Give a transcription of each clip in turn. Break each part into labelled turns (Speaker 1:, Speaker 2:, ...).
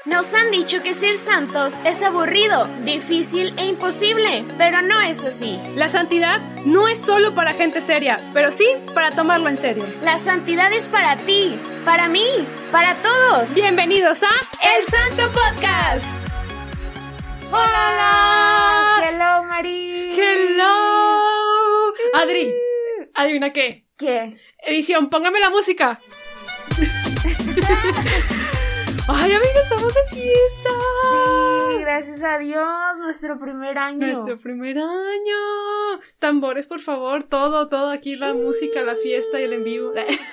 Speaker 1: Nos han dicho que ser santos es aburrido, difícil e imposible, pero no es así.
Speaker 2: La santidad no es solo para gente seria, pero sí para tomarlo en serio.
Speaker 1: La santidad es para ti, para mí, para todos.
Speaker 2: Bienvenidos a El Santo Podcast. ¡Hola!
Speaker 1: Hello, Mari.
Speaker 2: ¡Hello! Adri, ¿adivina qué?
Speaker 1: ¿Qué?
Speaker 2: Edición, póngame la música. ¡Ay, amiga, estamos de fiesta!
Speaker 1: Sí, gracias a Dios, nuestro primer año.
Speaker 2: Nuestro primer año. Tambores, por favor, todo aquí, la música, la fiesta y el en vivo.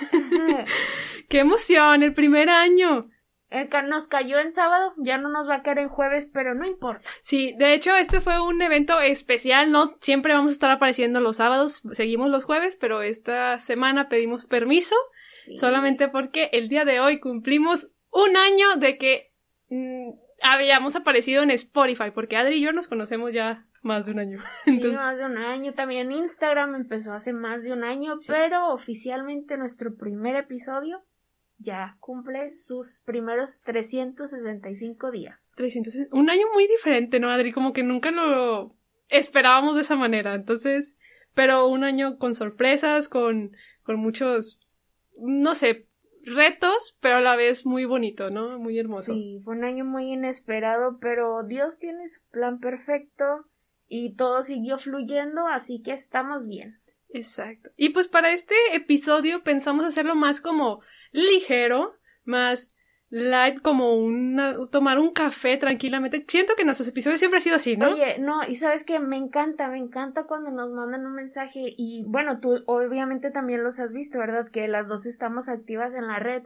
Speaker 2: ¡Qué emoción! El primer año.
Speaker 1: Nos cayó en sábado, ya no nos va a caer en jueves, pero no importa.
Speaker 2: Sí, de hecho, este fue un evento especial, no siempre vamos a estar apareciendo los sábados, seguimos los jueves, pero esta semana pedimos permiso, solamente porque el día de hoy cumplimos un año de que habíamos aparecido en Spotify, porque Adri y yo nos conocemos ya más de un año.
Speaker 1: Entonces... Sí, más de un año. También Instagram empezó hace más de un año, sí. Pero oficialmente nuestro primer episodio ya cumple sus primeros 365 días.
Speaker 2: Un año muy diferente, ¿no, Adri? Como que nunca lo esperábamos de esa manera, entonces... Pero un año con sorpresas, con muchos, no sé, retos, pero a la vez muy bonito, ¿no? Muy hermoso.
Speaker 1: Sí, fue un año muy inesperado, pero Dios tiene su plan perfecto y todo siguió fluyendo, así que estamos bien.
Speaker 2: Exacto. Y pues para este episodio pensamos hacerlo más como ligero, más light, como tomar un café tranquilamente. Siento que nuestros episodios siempre han sido así, ¿no?
Speaker 1: Oye, no, y sabes que me encanta cuando nos mandan un mensaje y bueno, tú obviamente también los has visto, ¿verdad? Que las dos estamos activas en la red,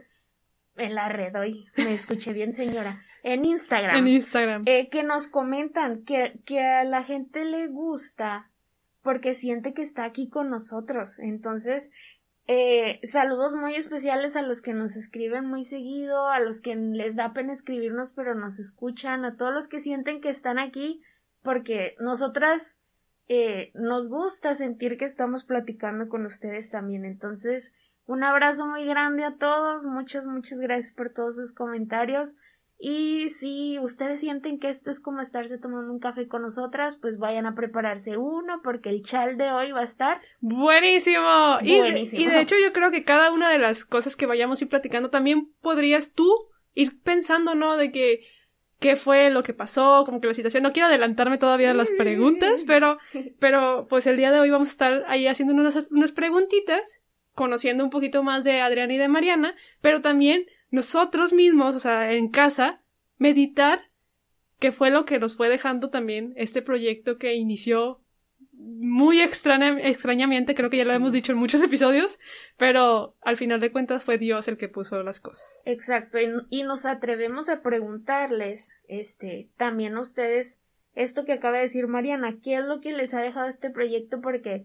Speaker 1: hoy me escuché bien, señora, en Instagram.
Speaker 2: En Instagram.
Speaker 1: Que nos comentan que a la gente le gusta porque siente que está aquí con nosotros, entonces... saludos muy especiales a los que nos escriben muy seguido, a los que les da pena escribirnos pero nos escuchan, a todos los que sienten que están aquí, porque nosotras nos gusta sentir que estamos platicando con ustedes también. Entonces, un abrazo muy grande a todos, muchas gracias por todos sus comentarios. Y si ustedes sienten que esto es como estarse tomando un café con nosotras, pues vayan a prepararse uno, porque el chal de hoy va a estar
Speaker 2: buenísimo.
Speaker 1: Buenísimo.
Speaker 2: Y de hecho yo creo que cada una de las cosas que vayamos a ir platicando también podrías tú ir pensando, ¿no? De que qué fue lo que pasó, como que la situación. No quiero adelantarme todavía a las preguntas, pero pues el día de hoy vamos a estar ahí haciendo unas preguntitas, conociendo un poquito más de Adriana y de Mariana, pero también nosotros mismos, o sea, en casa, meditar qué fue lo que nos fue dejando también este proyecto que inició muy extrañamente, creo que ya lo hemos dicho en muchos episodios, pero al final de cuentas fue Dios el que puso las cosas.
Speaker 1: Exacto, y nos atrevemos a preguntarles, también a ustedes, esto que acaba de decir Mariana, ¿qué es lo que les ha dejado este proyecto? Porque,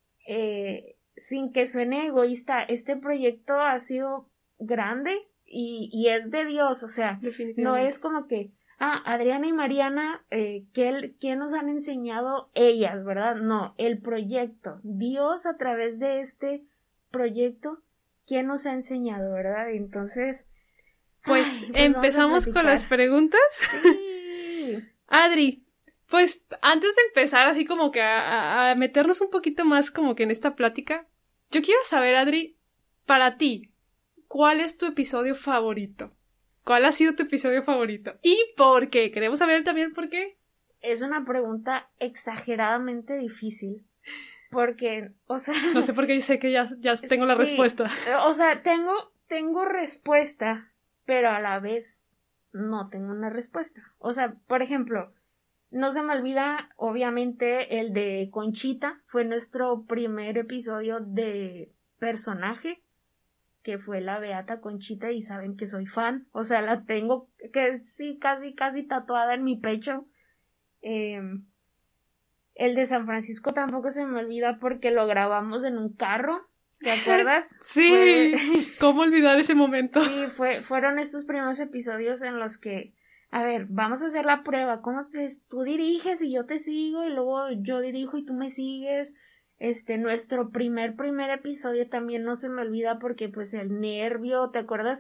Speaker 1: sin que suene egoísta, este proyecto ha sido grande, y es de Dios, o sea, no es como que, Adriana y Mariana, ¿qué nos han enseñado ellas, verdad? No, el proyecto, Dios a través de este proyecto, ¿qué nos ha enseñado, verdad? Entonces,
Speaker 2: pues empezamos con las preguntas.
Speaker 1: Sí.
Speaker 2: Adri, pues antes de empezar así como que a meternos un poquito más como que en esta plática, yo quiero saber, Adri, para ti, ¿cuál es tu episodio favorito? ¿Cuál ha sido tu episodio favorito? ¿Y por qué? Queremos saber también por qué.
Speaker 1: Es una pregunta exageradamente difícil. Porque, o sea...
Speaker 2: No sé por qué yo sé que ya tengo la respuesta.
Speaker 1: O sea, tengo respuesta, pero a la vez no tengo una respuesta. O sea, por ejemplo, no se me olvida, obviamente, el de Conchita. Fue nuestro primer episodio de personaje, que fue la Beata Conchita, y saben que soy fan, o sea, la tengo que sí, casi tatuada en mi pecho. El de San Francisco tampoco se me olvida porque lo grabamos en un carro, ¿te acuerdas?
Speaker 2: Sí, ¿cómo olvidar ese momento?
Speaker 1: Sí, fueron estos primeros episodios en los que, a ver, vamos a hacer la prueba, ¿cómo tú diriges y yo te sigo, y luego yo dirijo y tú me sigues? Nuestro primer episodio también no se me olvida porque pues el nervio, ¿te acuerdas?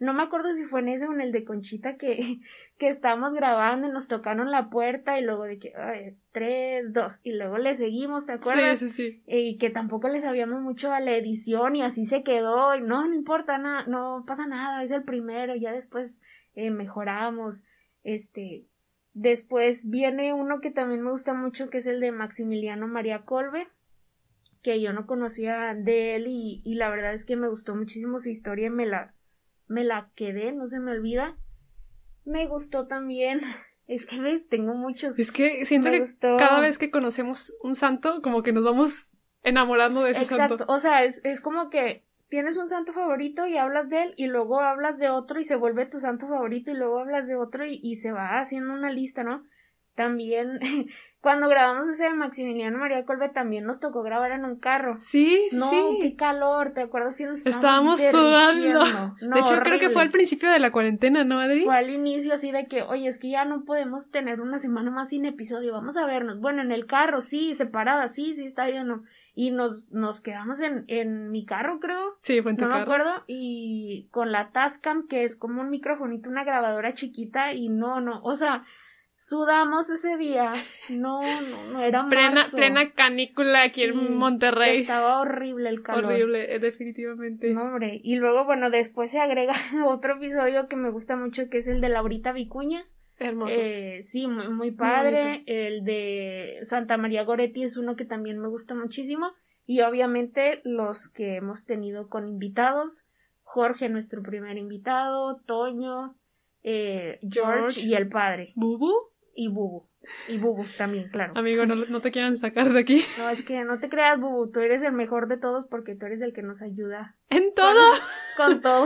Speaker 1: no me acuerdo si fue en ese o en el de Conchita que estábamos grabando y nos tocaron la puerta y luego de que, 3, 2, y luego le seguimos, ¿te acuerdas?
Speaker 2: Sí.
Speaker 1: Y que tampoco le sabíamos mucho a la edición y así se quedó, y no importa nada, no pasa nada, es el primero, ya después mejoramos, después viene uno que también me gusta mucho, que es el de Maximiliano María Kolbe, que yo no conocía de él y la verdad es que me gustó muchísimo su historia y me la quedé, no se me olvida. Me gustó también, es que ves, tengo muchos.
Speaker 2: Es que siento que cada vez que conocemos un santo, como que nos vamos enamorando de ese santo.
Speaker 1: Exacto, o sea, es como que tienes un santo favorito y hablas de él y luego hablas de otro y se vuelve tu santo favorito y luego hablas de otro y se va haciendo una lista, ¿no? También, cuando grabamos ese de Maximiliano María Kolbe, también nos tocó grabar en un carro.
Speaker 2: Sí.
Speaker 1: No, qué calor, ¿te acuerdas? Sí, nos
Speaker 2: estábamos sudando.
Speaker 1: No,
Speaker 2: de hecho,
Speaker 1: horrible.
Speaker 2: Creo que fue al principio de la cuarentena, ¿no, Adri?
Speaker 1: Fue al inicio así de que, oye, es que ya no podemos tener una semana más sin episodio, vamos a vernos. Bueno, en el carro, sí, separadas, sí, está bien, ¿no? Y nos quedamos en mi carro, creo.
Speaker 2: Sí, fue en tu carro.
Speaker 1: No me acuerdo. Y con la Tascam, que es como un microfonito, una grabadora chiquita, y no, o sea, sudamos ese día. No, era marzo.
Speaker 2: Plena canícula aquí en Monterrey.
Speaker 1: Estaba horrible el calor.
Speaker 2: Horrible, definitivamente.
Speaker 1: No, hombre. Y luego, bueno, después se agrega otro episodio que me gusta mucho, que es el de Laurita Vicuña.
Speaker 2: Hermoso.
Speaker 1: Sí, muy padre. El de Santa María Goretti es uno que también me gusta muchísimo. Y obviamente los que hemos tenido con invitados. Jorge, nuestro primer invitado. Toño. George y el padre.
Speaker 2: ¿Bubu?
Speaker 1: Y Bubu. Y Bubu también, claro.
Speaker 2: Amigo, no te quieran sacar de aquí.
Speaker 1: No, es que no te creas, Bubu. Tú eres el mejor de todos porque tú eres el que nos ayuda.
Speaker 2: ¿En todo?
Speaker 1: Con todo.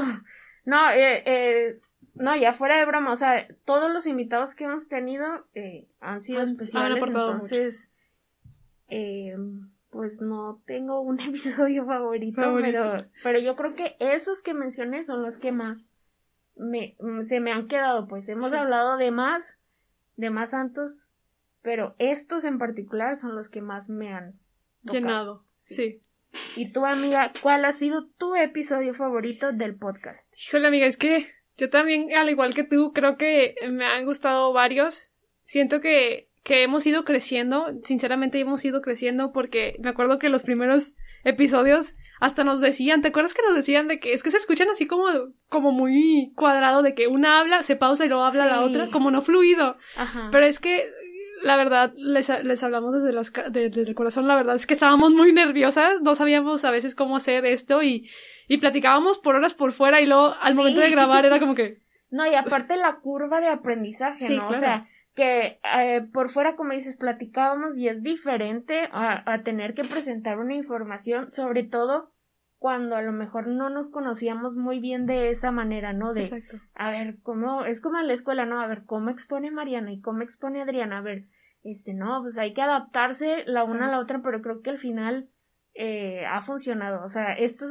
Speaker 1: No, ya fuera de broma, o sea, todos los invitados que hemos tenido han sido especiales, entonces pues no tengo un episodio favorito. Pero yo creo que esos que mencioné son los que más se me han quedado, pues hemos hablado de más santos, pero estos en particular son los que más me han tocado.
Speaker 2: Llenado, sí.
Speaker 1: Y tú, amiga, ¿cuál ha sido tu episodio favorito del podcast?
Speaker 2: Híjole, amiga, es que yo también, al igual que tú, creo que me han gustado varios. Siento que hemos ido creciendo, sinceramente hemos ido creciendo, porque me acuerdo que los primeros episodios hasta nos decían, ¿te acuerdas que nos decían de que es que se escuchan así como muy cuadrado, de que una habla, se pausa y luego habla la otra, como no fluido?
Speaker 1: Ajá.
Speaker 2: Pero es que la verdad, les hablamos desde el corazón, la verdad es que estábamos muy nerviosas, no sabíamos a veces cómo hacer esto y platicábamos por horas por fuera y luego al momento de grabar era como que...
Speaker 1: No, y aparte la curva de aprendizaje, ¿no? Claro. O sea, que por fuera, como dices, platicábamos y es diferente a tener que presentar una información, sobre todo cuando a lo mejor no nos conocíamos muy bien de esa manera, ¿no? De,
Speaker 2: exacto.
Speaker 1: A ver, ¿cómo? Es como en la escuela, ¿no? A ver, ¿cómo expone Mariana y cómo expone Adriana? A ver, no, pues hay que adaptarse la una a la otra, pero creo que al final ha funcionado. O sea, esta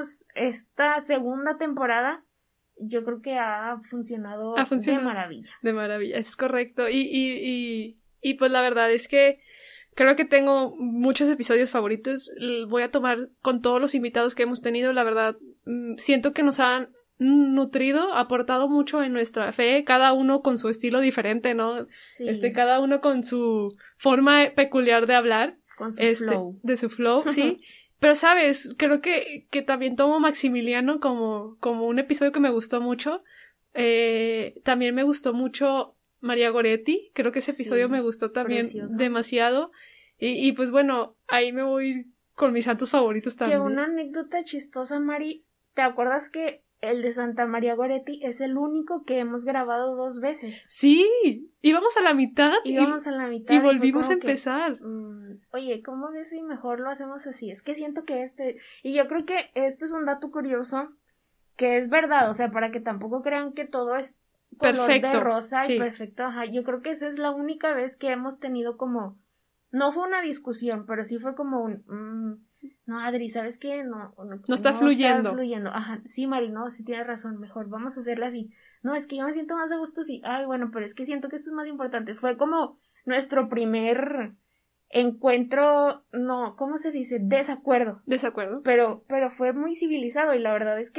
Speaker 1: segunda temporada yo creo que ha funcionado de maravilla.
Speaker 2: De maravilla, es correcto. Y pues la verdad es que creo que tengo muchos episodios favoritos. Voy a tomar con todos los invitados que hemos tenido. La verdad, siento que nos han nutrido, aportado mucho en nuestra fe, cada uno con su estilo diferente, ¿no?
Speaker 1: Sí.
Speaker 2: Cada uno con su forma peculiar de hablar.
Speaker 1: Con su flow.
Speaker 2: De su flow, sí. Pero, ¿sabes? Creo que también tomo Maximiliano como un episodio que me gustó mucho. También me gustó mucho María Goretti. Creo que ese episodio me gustó también demasiado. Y pues bueno, ahí me voy con mis santos favoritos también.
Speaker 1: Que una anécdota chistosa, Mari. ¿Te acuerdas que el de Santa María Goretti es el único que hemos grabado 2 veces?
Speaker 2: Sí, íbamos a la mitad.
Speaker 1: Y
Speaker 2: volvimos a empezar.
Speaker 1: Oye, ¿cómo ves si mejor lo hacemos así? Es que siento que y yo creo que este es un dato curioso, que es verdad, o sea, para que tampoco crean que todo es color
Speaker 2: perfecto,
Speaker 1: de rosa
Speaker 2: sí.
Speaker 1: Y perfecto, ajá, yo creo que esa es la única vez que hemos tenido como, no fue una discusión, pero sí fue como no, Adri, ¿sabes qué? No
Speaker 2: está fluyendo.
Speaker 1: Ajá, sí, Mari, no, sí tienes razón, mejor vamos a hacerla así. No, es que yo me siento más a gusto, sí. Ay, bueno, pero es que siento que esto es más importante. Fue como nuestro primer encuentro, no, ¿cómo se dice? Desacuerdo.
Speaker 2: Desacuerdo.
Speaker 1: Pero fue muy civilizado y la verdad es que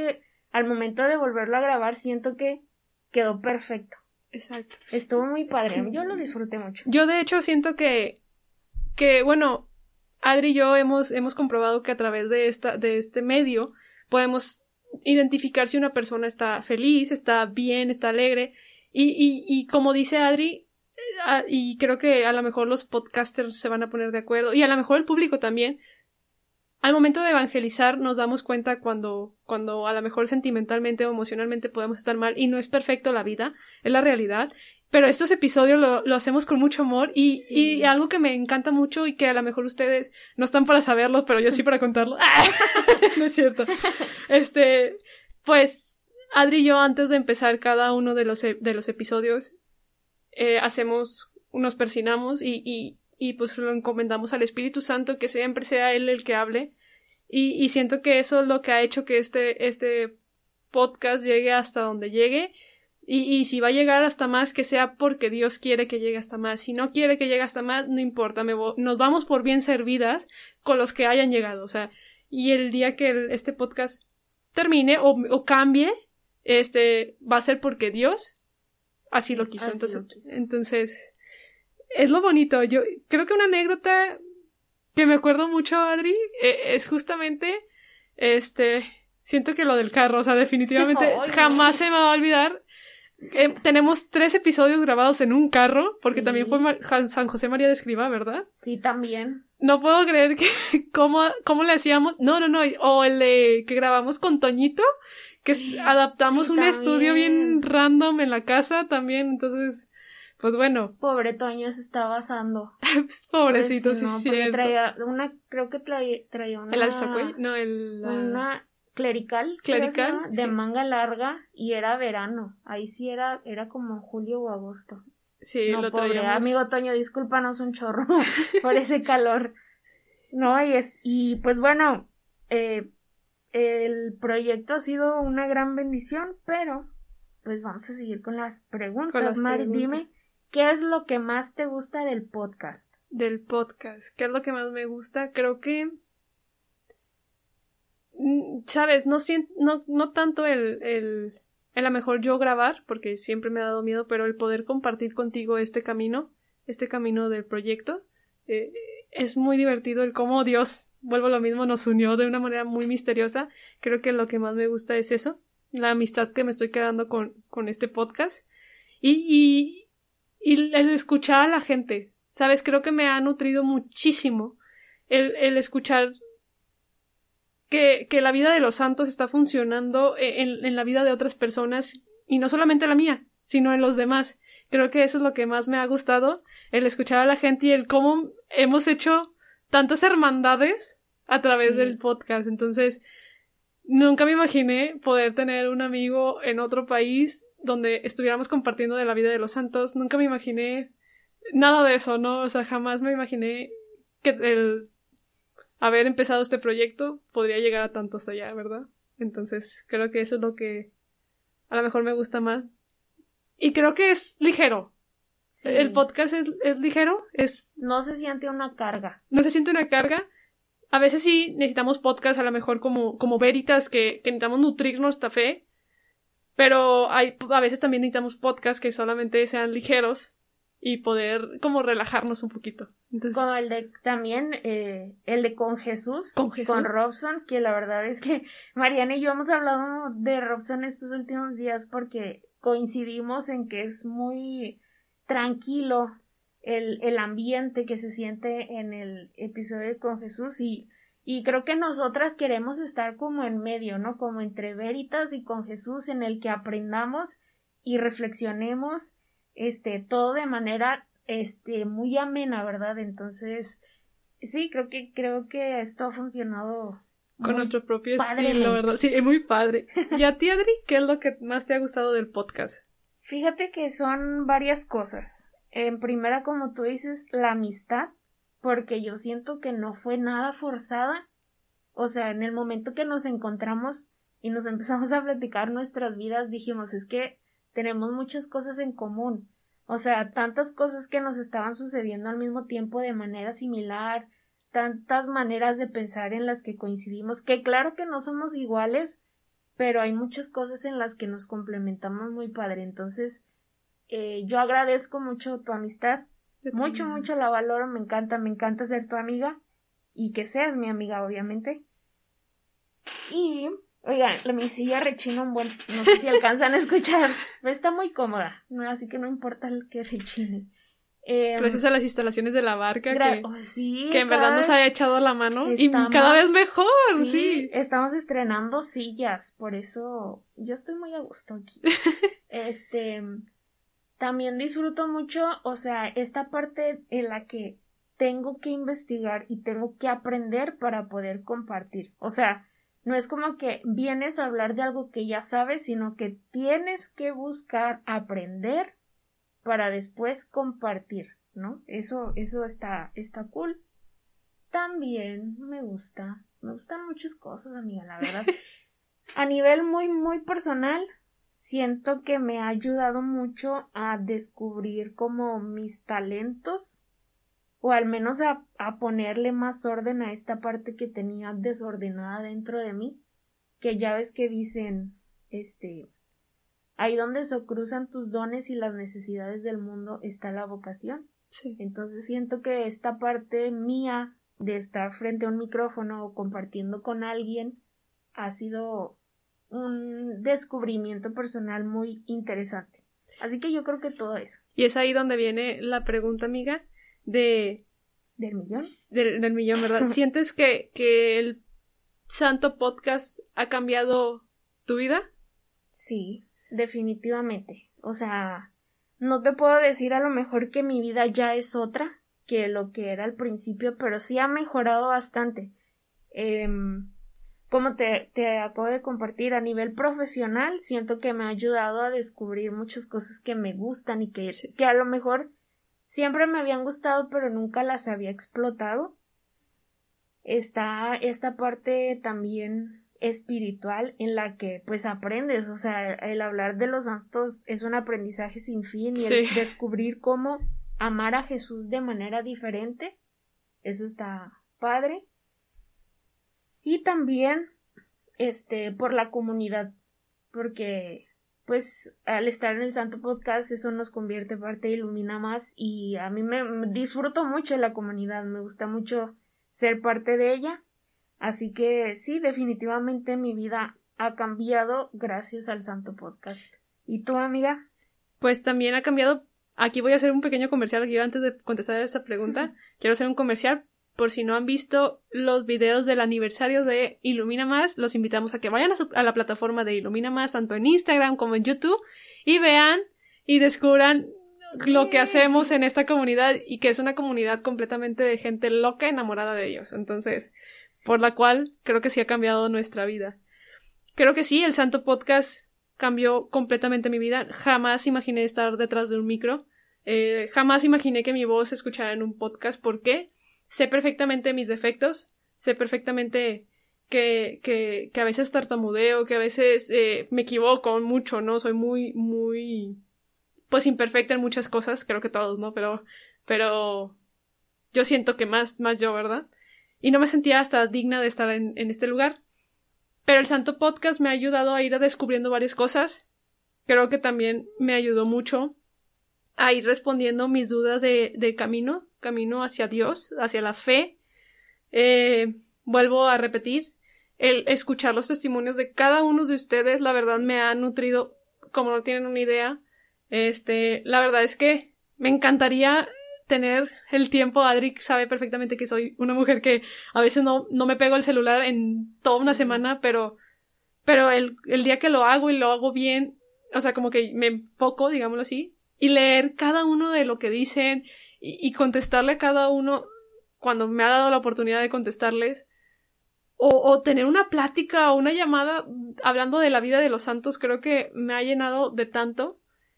Speaker 1: al momento de volverlo a grabar siento que quedó perfecto.
Speaker 2: Exacto.
Speaker 1: Estuvo muy padre, yo lo disfruté mucho.
Speaker 2: Yo de hecho siento que bueno, Adri y yo hemos comprobado que a través de este medio podemos identificar si una persona está feliz, está bien, está alegre, y como dice Adri, y creo que a lo mejor los podcasters se van a poner de acuerdo, y a lo mejor el público también, al momento de evangelizar nos damos cuenta cuando a lo mejor sentimentalmente o emocionalmente podemos estar mal, y no es perfecto la vida, es la realidad, pero estos episodios lo hacemos con mucho amor, y algo que me encanta mucho y que a lo mejor ustedes no están para saberlo, pero yo sí para contarlo. No es cierto. Pues Adri y yo, antes de empezar cada uno de los episodios, nos persinamos y pues lo encomendamos al Espíritu Santo, que siempre sea Él el que hable, y siento que eso es lo que ha hecho que este podcast llegue hasta donde llegue, y si va a llegar hasta más, que sea porque Dios quiere que llegue hasta más. Si no quiere que llegue hasta más, no importa, nos vamos por bien servidas con los que hayan llegado, o sea, y el día que este podcast termine o cambie, va a ser porque Dios así lo quiso. Entonces, es lo bonito. Yo creo que una anécdota que me acuerdo mucho, Adri, es justamente, siento que lo del carro, o sea, definitivamente jamás se me va a olvidar. Tenemos 3 episodios grabados en un carro, porque también fue San José María de Escrivá, ¿verdad?
Speaker 1: Sí, también.
Speaker 2: No puedo creer que cómo le hacíamos. No, o el de que grabamos con Toñito, que adaptamos un estudio bien random en la casa también, entonces, pues bueno.
Speaker 1: Pobre Toño se estaba asando.
Speaker 2: Pobrecito, sí, sí, cierto.
Speaker 1: Creo que traía una...
Speaker 2: ¿El alzacuello? No,
Speaker 1: una clerical, de manga larga, y era verano. Ahí sí era como julio o agosto.
Speaker 2: Sí,
Speaker 1: no,
Speaker 2: lo
Speaker 1: pobre
Speaker 2: traíamos.
Speaker 1: Amigo Toño, discúlpanos un chorro por ese calor. No, y pues bueno, el proyecto ha sido una gran bendición, pero pues vamos a seguir con las preguntas. Mari, dime, ¿qué es lo que más te gusta del podcast?
Speaker 2: Del podcast, ¿qué es lo que más me gusta? Creo que sabes, no tanto el a lo mejor yo grabar, porque siempre me ha dado miedo, pero el poder compartir contigo este camino del proyecto, es muy divertido el cómo Dios, vuelvo a lo mismo, nos unió de una manera muy misteriosa. Creo que lo que más me gusta es eso, la amistad que me estoy quedando con este podcast, y el escuchar a la gente, sabes, creo que me ha nutrido muchísimo el escuchar que la vida de los santos está funcionando en la vida de otras personas, y no solamente la mía, sino en los demás. Creo que eso es lo que más me ha gustado, el escuchar a la gente y el cómo hemos hecho tantas hermandades a través del podcast. Entonces, nunca me imaginé poder tener un amigo en otro país donde estuviéramos compartiendo de la vida de los santos. Nunca me imaginé nada de eso, ¿no? O sea, jamás me imaginé que el haber empezado este proyecto podría llegar a tanto hasta allá, ¿verdad? Entonces, creo que eso es lo que a lo mejor me gusta más. Y creo que es ligero. Sí. El podcast es ligero.
Speaker 1: No se siente una carga.
Speaker 2: No se siente una carga. A veces sí necesitamos podcast, a lo mejor como Veritas, que necesitamos nutrir nuestra fe. Pero a veces también necesitamos podcasts que solamente sean ligeros y poder como relajarnos un poquito. Entonces,
Speaker 1: como el de Con Jesús, con Robson, que la verdad es que Mariana y yo hemos hablado de Robson estos últimos días porque coincidimos en que es muy tranquilo el ambiente que se siente en el episodio de Con Jesús, y creo que nosotras queremos estar como en medio, ¿no? Como entre Veritas y Con Jesús, en el que aprendamos y reflexionemos todo de manera muy amena, ¿verdad? Entonces, sí, creo que esto ha funcionado
Speaker 2: con nuestro propio estilo, ¿verdad? Sí, es muy padre. ¿Y a ti, Adri, qué es lo que más te ha gustado del podcast?
Speaker 1: Fíjate que son varias cosas. En primera, como tú dices, la amistad, porque yo siento que no fue nada forzada. O sea, en el momento que nos encontramos y nos empezamos a platicar nuestras vidas, dijimos, es que tenemos muchas cosas en común. O sea, tantas cosas que nos estaban sucediendo al mismo tiempo de manera similar, tantas maneras de pensar en las que coincidimos, que claro que no somos iguales, pero hay muchas cosas en las que nos complementamos muy padre. Entonces, yo agradezco mucho tu amistad, mucho, mucho la valoro, me encanta ser tu amiga y que seas mi amiga, obviamente. Y, oigan, mi silla rechina un buen, no sé si alcanzan a escuchar, pero está muy cómoda, ¿no? Así que no importa el que rechine.
Speaker 2: Gracias a las instalaciones de la barca
Speaker 1: sí,
Speaker 2: que en verdad nos haya echado la mano y cada vez mejor, sí.
Speaker 1: Estamos estrenando sillas, por eso yo estoy muy a gusto aquí. También disfruto mucho, o sea, esta parte en la que tengo que investigar y tengo que aprender para poder compartir. O sea, no es como que vienes a hablar de algo que ya sabes, sino que tienes que buscar aprender para después compartir, ¿no? Eso está cool. También me gustan muchas cosas, amiga, la verdad. A nivel muy, muy personal, siento que me ha ayudado mucho a descubrir como mis talentos, o al menos a ponerle más orden a esta parte que tenía desordenada dentro de mí, que ya ves que dicen, ahí donde se cruzan tus dones y las necesidades del mundo está la vocación.
Speaker 2: Sí.
Speaker 1: Entonces siento que esta parte mía de estar frente a un micrófono o compartiendo con alguien ha sido un descubrimiento personal muy interesante. Así que yo creo que todo eso.
Speaker 2: Y es ahí donde viene la pregunta, amiga, ¿del
Speaker 1: millón?
Speaker 2: Del millón, ¿verdad? ¿Sientes que el Santo Podcast ha cambiado tu vida?
Speaker 1: Sí, definitivamente. O sea, no te puedo decir a lo mejor que mi vida ya es otra que lo que era al principio, pero sí ha mejorado bastante. Como te acabo de compartir, a nivel profesional, siento que me ha ayudado a descubrir muchas cosas que me gustan y que a lo mejor siempre me habían gustado, pero nunca las había explotado. Está esta parte también espiritual en la que pues aprendes, o sea, el hablar de los santos es un aprendizaje sin fin y el descubrir cómo amar a Jesús de manera diferente, eso está padre. Y también por la comunidad, porque pues al estar en el Santo Podcast eso nos convierte parte de Ilumina Más y a mí me disfruto mucho de la comunidad, me gusta mucho ser parte de ella, así que sí, definitivamente mi vida ha cambiado gracias al Santo Podcast. ¿Y tú, amiga?
Speaker 2: Pues también ha cambiado. Aquí voy a hacer un pequeño comercial aquí antes de contestar a esa pregunta. Quiero hacer un comercial. Por si no han visto los videos del aniversario de Ilumina Más, los invitamos a que vayan a la plataforma de Ilumina Más, tanto en Instagram como en YouTube, y vean y descubran lo que hacemos en esta comunidad y que es una comunidad completamente de gente loca enamorada de ellos. Entonces, por la cual creo que sí ha cambiado nuestra vida. Creo que sí, el Santo Podcast cambió completamente mi vida. Jamás imaginé estar detrás de un micro. Jamás imaginé que mi voz se escuchara en un podcast. ¿Por qué? Sé perfectamente mis defectos. Sé perfectamente que a veces tartamudeo, que a veces me equivoco mucho, ¿no? Soy muy, muy, pues imperfecta en muchas cosas. Creo que todos, ¿no? Pero yo siento que más yo, ¿verdad? Y no me sentía hasta digna de estar en este lugar. Pero el Santo Podcast me ha ayudado a ir descubriendo varias cosas. Creo que también me ayudó mucho a ir respondiendo mis dudas de camino hacia Dios, hacia la fe. Vuelvo a repetir, el escuchar los testimonios de cada uno de ustedes, la verdad me ha nutrido como no tienen una idea. La verdad es que me encantaría tener el tiempo. Adri sabe perfectamente que soy una mujer que a veces no me pego el celular en toda una semana, pero el día que lo hago y lo hago bien, o sea, como que me enfoco, digámoslo así, y leer cada uno de lo que dicen y contestarle a cada uno cuando me ha dado la oportunidad de contestarles, o tener una plática o una llamada hablando de la vida de los santos, creo que me ha llenado de tanto.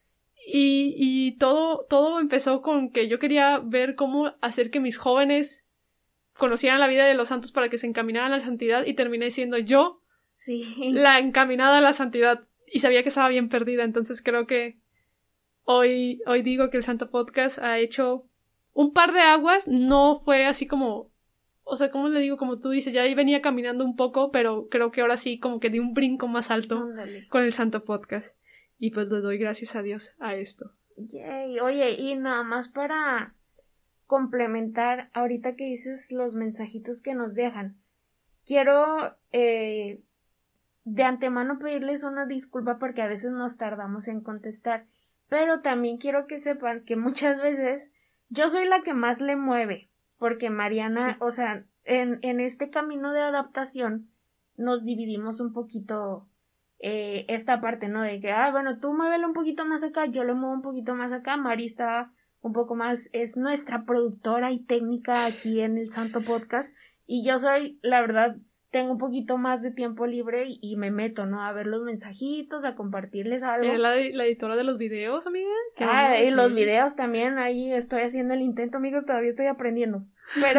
Speaker 2: Y todo empezó con que yo quería ver cómo hacer que mis jóvenes conocieran la vida de los santos para que se encaminaran a la santidad, y terminé siendo yo la encaminada a la santidad y sabía que estaba bien perdida. Entonces creo que hoy digo que el Santo Podcast ha hecho un par de aguas. No fue así como o sea, ¿cómo le digo? Como tú dices, ya ahí venía caminando un poco, pero creo que ahora sí como que di un brinco más alto con el Santo Podcast. Y pues le doy gracias a Dios a esto.
Speaker 1: Yay. Oye, y nada más para complementar, ahorita que dices los mensajitos que nos dejan, quiero de antemano pedirles una disculpa porque a veces nos tardamos en contestar, pero también quiero que sepan que muchas veces yo soy la que más le mueve, porque Mariana, o sea, en este camino de adaptación nos dividimos un poquito esta parte, ¿no? De que, bueno, tú muévelo un poquito más acá, yo lo muevo un poquito más acá, Mari está un poco más, es nuestra productora y técnica aquí en el Santo Podcast, y yo soy, la verdad, tengo un poquito más de tiempo libre y me meto, ¿no? A ver los mensajitos, a compartirles algo.
Speaker 2: ¿Eres la editora de los videos, amiga?
Speaker 1: Y los videos también, ahí estoy haciendo el intento, amigos, todavía estoy aprendiendo. Pero,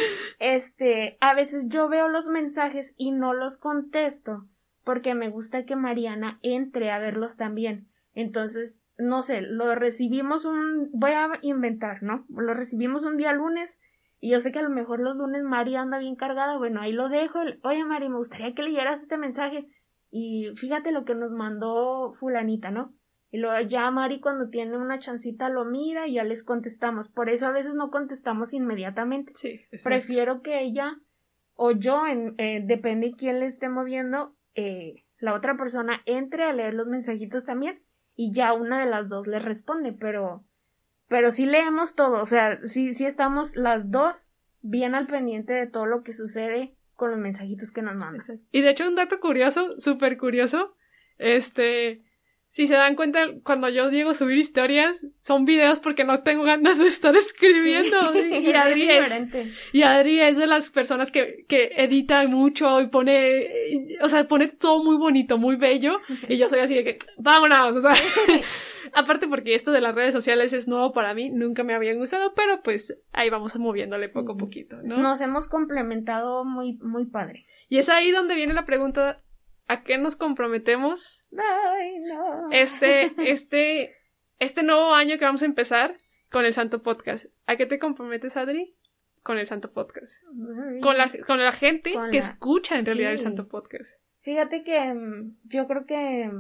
Speaker 1: a veces yo veo los mensajes y no los contesto, porque me gusta que Mariana entre a verlos también. Entonces, no sé, lo recibimos voy a inventar, ¿no? Lo recibimos un día lunes, y yo sé que a lo mejor los lunes Mari anda bien cargada, bueno, ahí lo dejo, oye Mari, me gustaría que leyeras este mensaje, y fíjate lo que nos mandó fulanita, ¿no? Y luego ya Mari cuando tiene una chancita lo mira y ya les contestamos, por eso a veces no contestamos inmediatamente.
Speaker 2: Sí, exacto.
Speaker 1: Prefiero que ella o yo, depende de quién le esté moviendo, la otra persona entre a leer los mensajitos también, y ya una de las dos le responde, pero sí leemos todo, o sea, sí estamos las dos bien al pendiente de todo lo que sucede con los mensajitos que nos mandan.
Speaker 2: Y de hecho un dato curioso, súper curioso, si se dan cuenta, cuando yo llego a subir historias, son videos porque no tengo ganas de estar escribiendo. Sí. Y Adri es de las personas que edita mucho y pone todo muy bonito, muy bello, y yo soy así de que, vámonos, o sea, aparte porque esto de las redes sociales es nuevo para mí, nunca me habían gustado, pero pues ahí vamos moviéndole poco a poquito, ¿no?
Speaker 1: Nos hemos complementado muy, muy padre.
Speaker 2: Y es ahí donde viene la pregunta, ¿a qué nos comprometemos?
Speaker 1: Ay, no.
Speaker 2: Este nuevo año que vamos a empezar con el Santo Podcast. ¿A qué te comprometes, Adri? Con el Santo Podcast. Con la gente que escucha en realidad el Santo Podcast.
Speaker 1: Fíjate que yo creo que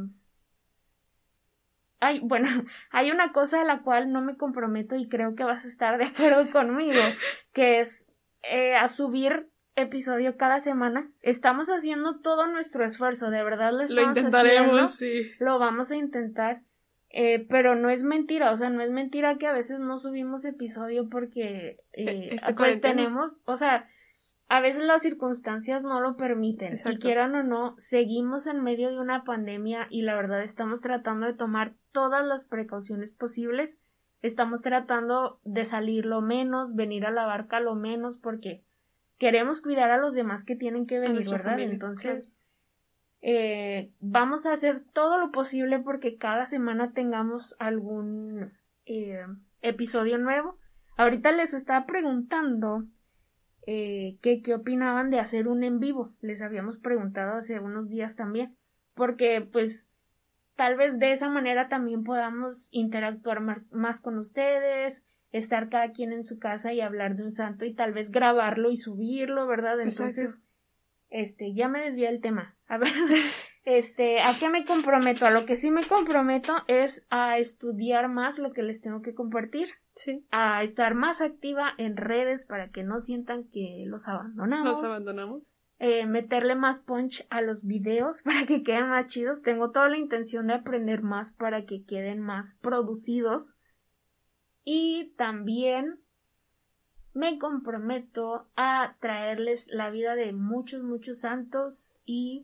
Speaker 1: hay una cosa a la cual no me comprometo y creo que vas a estar de acuerdo conmigo, que es a subir episodio cada semana. Estamos haciendo todo nuestro esfuerzo, de verdad lo estamos
Speaker 2: intentaremos,
Speaker 1: haciendo,
Speaker 2: sí.
Speaker 1: Lo vamos a intentar, pero no es mentira, o sea, no es mentira que a veces no subimos episodio porque pues tenemos, o sea, a veces las circunstancias no lo permiten. Exacto. Y quieran o no, seguimos en medio de una pandemia y la verdad estamos tratando de tomar todas las precauciones posibles, estamos tratando de salir lo menos, venir a la barca lo menos, porque queremos cuidar a los demás que tienen que venir, ¿verdad? Familia, entonces, claro. Vamos a hacer todo lo posible porque cada semana tengamos algún episodio nuevo. Ahorita les estaba preguntando qué opinaban de hacer un en vivo. Les habíamos preguntado hace unos días también, porque pues tal vez de esa manera también podamos interactuar más con ustedes, estar cada quien en su casa y hablar de un santo y tal vez grabarlo y subirlo, ¿verdad? Entonces, ya me desvié del tema. A ver, ¿a qué me comprometo? A lo que sí me comprometo es a estudiar más lo que les tengo que compartir.
Speaker 2: Sí.
Speaker 1: A estar más activa en redes para que no sientan que los abandonamos. Meterle más punch a los videos para que queden más chidos. Tengo toda la intención de aprender más para que queden más producidos. Y también me comprometo a traerles la vida de muchos, muchos santos y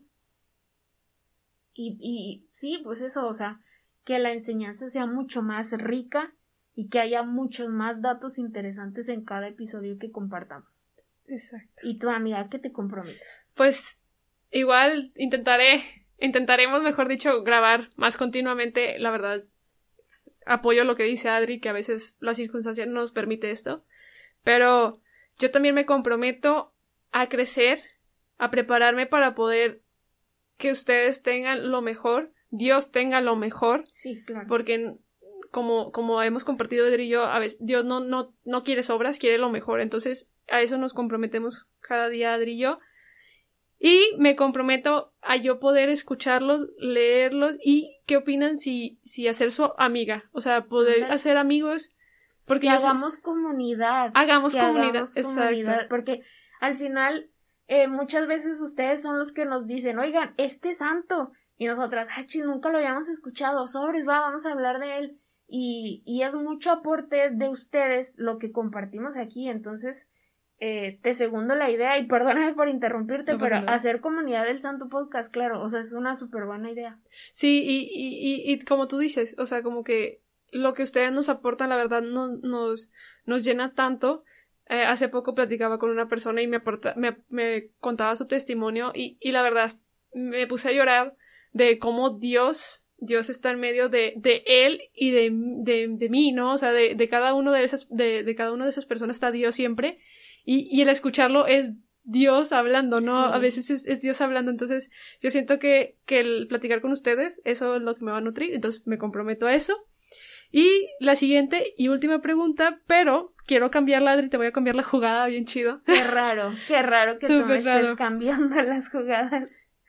Speaker 1: sí, pues eso, o sea, que la enseñanza sea mucho más rica y que haya muchos más datos interesantes en cada episodio que compartamos.
Speaker 2: Exacto.
Speaker 1: ¿Y tú, amiga, qué te comprometes?
Speaker 2: Pues igual intentaremos, mejor dicho, grabar más continuamente, la verdad. Apoyo lo que dice Adri, que a veces la circunstancia no nos permite esto, pero yo también me comprometo a crecer, a prepararme para poder que ustedes tengan lo mejor, Dios tenga lo mejor.
Speaker 1: Sí, claro.
Speaker 2: Porque como hemos compartido Adri y yo, a veces Dios no quiere sobras, quiere lo mejor. Entonces a eso nos comprometemos cada día, Adri y yo. Y me comprometo a yo poder escucharlos, leerlos y qué opinan si hacer su amiga. O sea, poder hacer amigos. Porque
Speaker 1: que hagamos comunidad.
Speaker 2: Hagamos comunidad, exacto.
Speaker 1: Porque al final, muchas veces ustedes son los que nos dicen, oigan, este santo. Y nosotras, nunca lo habíamos escuchado. Sobres, vamos a hablar de él. Y es mucho aporte de ustedes lo que compartimos aquí. Entonces, te segundo la idea. Y perdóname por interrumpirte, no, pero hacer comunidad del Santo Podcast, claro, o sea, es una súper buena idea.
Speaker 2: Sí, y como tú dices, o sea, como que lo que ustedes nos aportan, la verdad, nos llena tanto. Hace poco platicaba con una persona y me contaba su testimonio y la verdad me puse a llorar de cómo Dios está en medio de él y de mí, ¿no? O sea, de cada uno de cada una de esas personas está Dios siempre y el escucharlo es Dios hablando, ¿no? Sí. A veces es Dios hablando, entonces yo siento que el platicar con ustedes, eso es lo que me va a nutrir, entonces me comprometo a eso. Y la siguiente y última pregunta, pero quiero cambiarla, Adri, te voy a cambiar la jugada bien chido.
Speaker 1: Qué raro que tú me estés cambiando las jugadas.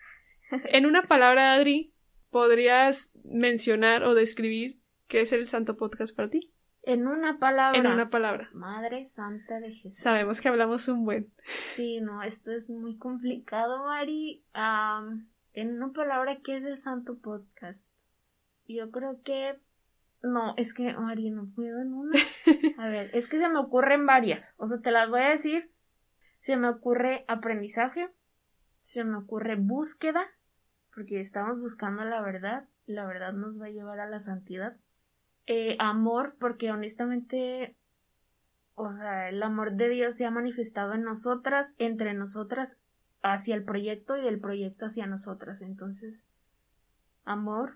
Speaker 2: En una palabra, Adri, ¿podrías mencionar o describir qué es el Santo Podcast para ti?
Speaker 1: En una palabra.
Speaker 2: En una palabra.
Speaker 1: Madre Santa de Jesús.
Speaker 2: Sabemos que hablamos un buen.
Speaker 1: Sí, no, esto es muy complicado, Mari. En una palabra, ¿qué es el Santo Podcast? Yo creo que... No, es que, Mari, no puedo en una. A ver, es que se me ocurren varias. O sea, te las voy a decir. Se me ocurre aprendizaje. Se me ocurre búsqueda. Porque estamos buscando la verdad. La verdad nos va a llevar a la santidad. Amor, porque honestamente, o sea, el amor de Dios se ha manifestado en nosotras, entre nosotras, hacia el proyecto y del proyecto hacia nosotras. Entonces, amor,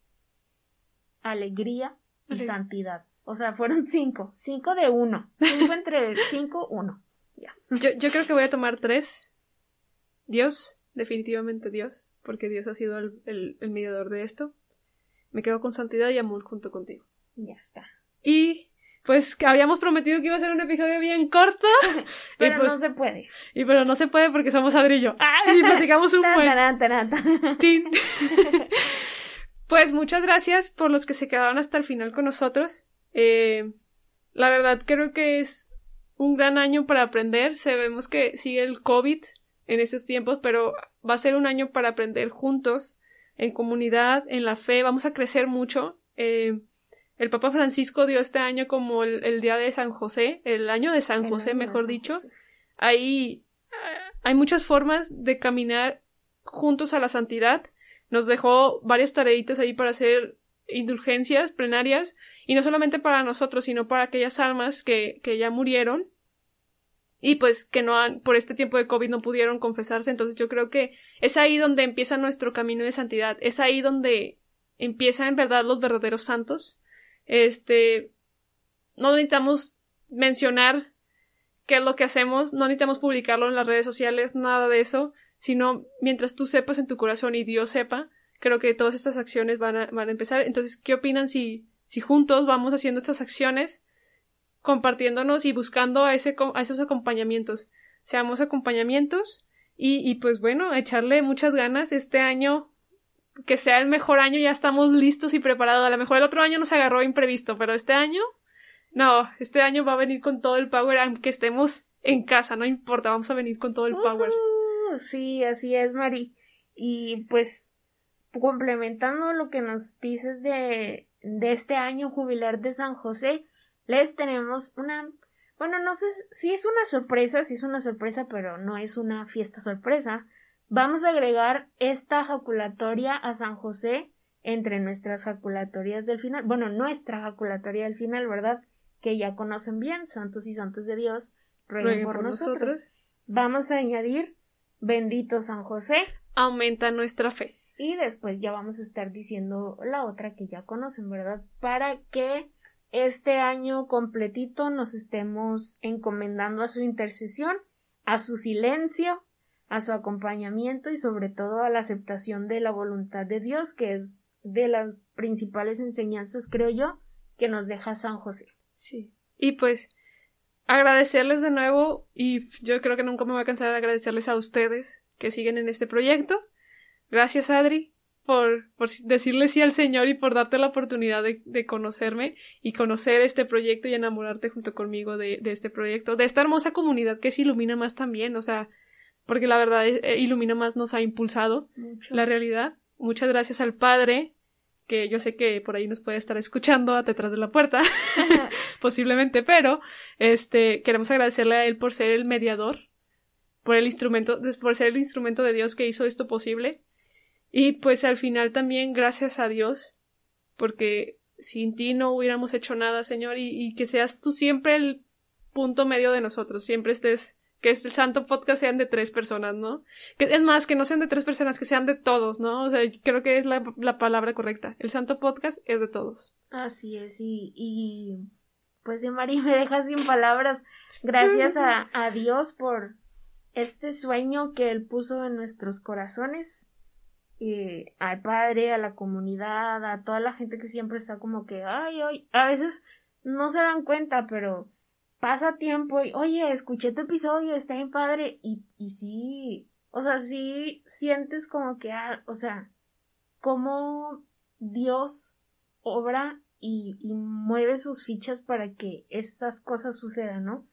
Speaker 1: alegría y santidad. O sea, fueron 5 de 1. 5 entre 5, 1. Ya.
Speaker 2: Yo creo que voy a tomar 3. Dios, definitivamente Dios, porque Dios ha sido el mediador de esto. Me quedo con santidad y amor junto contigo.
Speaker 1: Ya está.
Speaker 2: Y pues que habíamos prometido que iba a ser un episodio bien corto.
Speaker 1: Pero pues, no se puede.
Speaker 2: Pero no se puede porque somos Adri y yo. Y platicamos un buen. ¡Tin! Pues muchas gracias por los que se quedaron hasta el final con nosotros. La verdad creo que es un gran año para aprender. Sabemos que sigue el COVID en estos tiempos, pero va a ser un año para aprender juntos, en comunidad, en la fe. Vamos a crecer mucho. El Papa Francisco dio este año como el día de San José, el año de San José, mejor dicho. Hay muchas formas de caminar juntos a la santidad. Nos dejó varias tareitas ahí para hacer indulgencias plenarias, y no solamente para nosotros, sino para aquellas almas que ya murieron y pues que por este tiempo de COVID no pudieron confesarse. Entonces yo creo que es ahí donde empieza nuestro camino de santidad, es ahí donde empiezan en verdad los verdaderos santos. No necesitamos mencionar qué es lo que hacemos, no necesitamos publicarlo en las redes sociales, nada de eso, sino mientras tú sepas en tu corazón y Dios sepa, creo que todas estas acciones van a empezar. Entonces, ¿qué opinan si juntos vamos haciendo estas acciones, compartiéndonos y buscando a esos acompañamientos? Seamos acompañamientos y pues bueno, echarle muchas ganas este año, que sea el mejor año. Ya estamos listos y preparados. A lo mejor el otro año nos agarró imprevisto, pero este año, no, este año va a venir con todo el power, aunque estemos en casa, no importa, vamos a venir con todo el power.
Speaker 1: Sí, así es, Mari. Y pues, complementando lo que nos dices de este año jubilar de San José, les tenemos bueno, no sé si es una sorpresa, pero no es una fiesta sorpresa. Vamos a agregar esta jaculatoria a San José entre nuestras jaculatorias del final. Bueno, nuestra jaculatoria del final, ¿verdad? Que ya conocen bien, santos y santas de Dios, rueguen por nosotros. Vamos a añadir, bendito San José,
Speaker 2: aumenta nuestra fe.
Speaker 1: Y después ya vamos a estar diciendo la otra que ya conocen, ¿verdad? Para que este año completito nos estemos encomendando a su intercesión, a su silencio, a su acompañamiento y sobre todo a la aceptación de la voluntad de Dios, que es de las principales enseñanzas, creo yo, que nos deja San José.
Speaker 2: Sí. Y pues agradecerles de nuevo, y yo creo que nunca me voy a cansar de agradecerles a ustedes que siguen en este proyecto. Gracias, Adri, por decirle sí al Señor y por darte la oportunidad de conocerme y conocer este proyecto y enamorarte junto conmigo de este proyecto, de esta hermosa comunidad que es Ilumina Más también, o sea, porque la verdad Ilumina Más nos ha impulsado mucho la realidad. Muchas gracias al Padre, que yo sé que por ahí nos puede estar escuchando detrás de la puerta, posiblemente, pero queremos agradecerle a él por ser el mediador, por ser el instrumento de Dios que hizo esto posible, y pues al final también gracias a Dios, porque sin ti no hubiéramos hecho nada, Señor, y que seas tú siempre el punto medio de nosotros, siempre estés, que el Santo Podcast sean de 3 personas, ¿no? Que, es más, que no sean de 3 personas, que sean de todos, ¿no? O sea, creo que es la palabra correcta. El Santo Podcast es de todos.
Speaker 1: Así es, y pues Mari me deja sin palabras. Gracias a Dios por este sueño que Él puso en nuestros corazones. Al Padre, a la comunidad, a toda la gente que siempre está como que, ay, a veces no se dan cuenta, pero pasa tiempo y, oye, escuché tu episodio, está bien padre, y sí, o sea, sí sientes como que, o sea, cómo Dios obra y mueve sus fichas para que estas cosas sucedan, ¿no?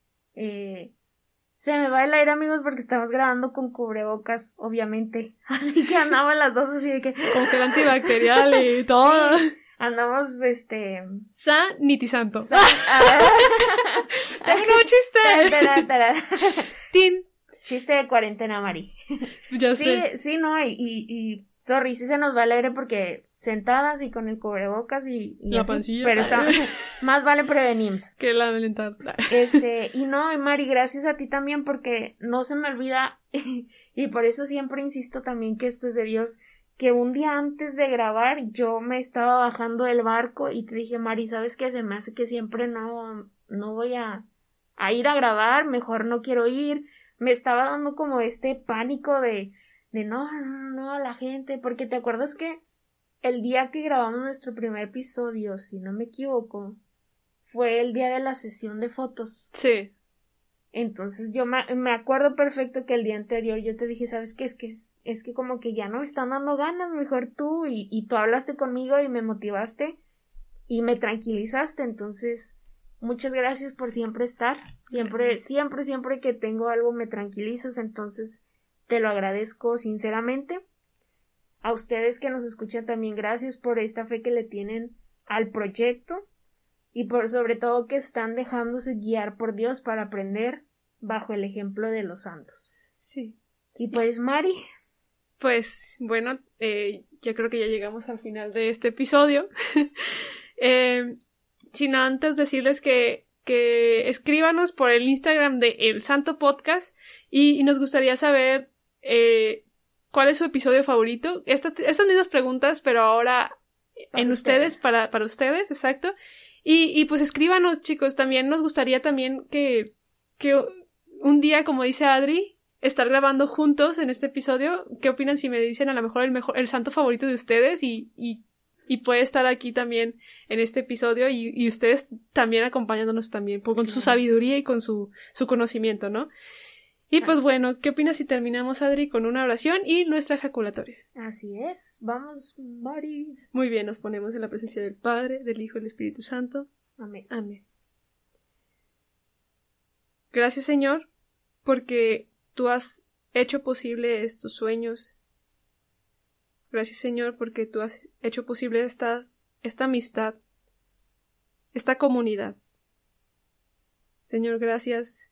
Speaker 1: Se me va el aire, amigos, porque estamos grabando con cubrebocas, obviamente, así que andamos las dos así de que...
Speaker 2: Como que el antibacterial y todo.
Speaker 1: Sí. Andamos,
Speaker 2: sanitizando. ¡Tengo un chiste! ¡Tin!
Speaker 1: Chiste de cuarentena, Mari.
Speaker 2: Ya sé.
Speaker 1: Sí, no, y sorry, sí se nos va el aire porque sentadas y con el cubrebocas y
Speaker 2: la
Speaker 1: así,
Speaker 2: pancilla.
Speaker 1: Pero más vale prevenir.
Speaker 2: Que lamentar.
Speaker 1: Y no, y Mari, gracias a ti también porque no se me olvida y por eso siempre insisto también que esto es de Dios, que un día antes de grabar yo me estaba bajando del barco y te dije, Mari, ¿sabes qué? Se me hace que siempre no voy a ir a grabar, mejor no quiero ir. Me estaba dando como pánico de no, la gente, porque te acuerdas que el día que grabamos nuestro primer episodio, si no me equivoco, fue el día de la sesión de fotos.
Speaker 2: Sí.
Speaker 1: Entonces yo me acuerdo perfecto que el día anterior yo te dije, ¿sabes qué? Es que como que ya no me están dando ganas, mejor tú, y tú hablaste conmigo y me motivaste y me tranquilizaste, entonces muchas gracias por siempre estar, siempre que tengo algo me tranquilizas, entonces te lo agradezco sinceramente. A ustedes que nos escuchan también gracias por esta fe que le tienen al proyecto y por sobre todo que están dejándose guiar por Dios para aprender bajo el ejemplo de los santos.
Speaker 2: Sí.
Speaker 1: Y pues, Mari.
Speaker 2: Pues, bueno, yo creo que ya llegamos al final de este episodio. Sino antes decirles que escríbanos por el Instagram de El Santo Podcast y nos gustaría saber cuál es su episodio favorito. Estas mismas preguntas, pero ahora en ustedes, para ustedes, exacto. Y pues escríbanos, chicos, también nos gustaría también que un día, como dice Adri, estar grabando juntos en este episodio. ¿Qué opinan si me dicen a lo mejor el santo favorito de ustedes y puede estar aquí también en este episodio y ustedes también acompañándonos también con su sabiduría y con su conocimiento, ¿no? Y pues bueno, ¿qué opinas si terminamos, Adri, con una oración y nuestra ejaculatoria?
Speaker 1: Así es, vamos, Mari.
Speaker 2: Muy bien, nos ponemos en la presencia del Padre, del Hijo y del Espíritu Santo.
Speaker 1: Amén.
Speaker 2: Amén. Gracias, Señor, porque tú has hecho posible estos sueños. Gracias, Señor, porque tú has hecho posible esta amistad, esta comunidad. Señor, gracias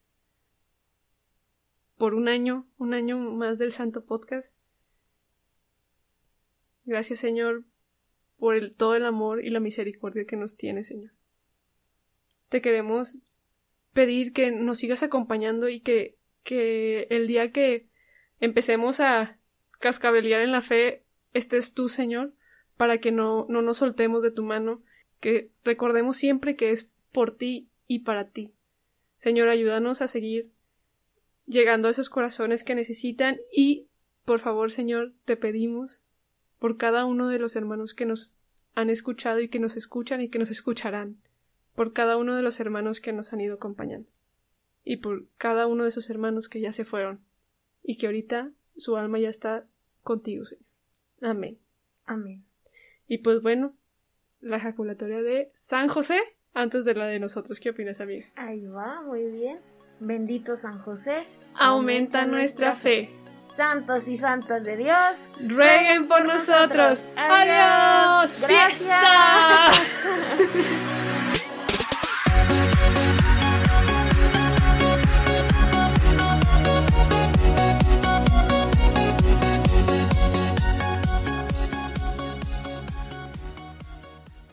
Speaker 2: por un año más del Santo Podcast. Gracias, Señor, por todo el amor y la misericordia que nos tienes, Señor. Te queremos pedir que nos sigas acompañando y que el día que empecemos a cascabelear en la fe, estés tú, Señor, para que no nos soltemos de tu mano, que recordemos siempre que es por ti y para ti. Señor, ayúdanos a seguir llegando a esos corazones que necesitan y, por favor, Señor, te pedimos por cada uno de los hermanos que nos han escuchado y que nos escuchan y que nos escucharán. por cada uno de los hermanos que nos han ido acompañando. Y por cada uno de esos hermanos que ya se fueron. Y que ahorita su alma ya está contigo, Señor. Amén.
Speaker 1: Amén.
Speaker 2: Y pues bueno, la ejaculatoria de San José antes de la de nosotros. ¿Qué opinas, amiga?
Speaker 1: Ahí va, muy bien. Bendito San José.
Speaker 2: Aumenta nuestra fe.
Speaker 1: Santos y santas de Dios,
Speaker 2: rueguen por nosotros. ¡Adiós! ¡Fiesta!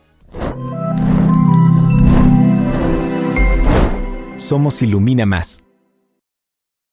Speaker 3: Somos Ilumina Más.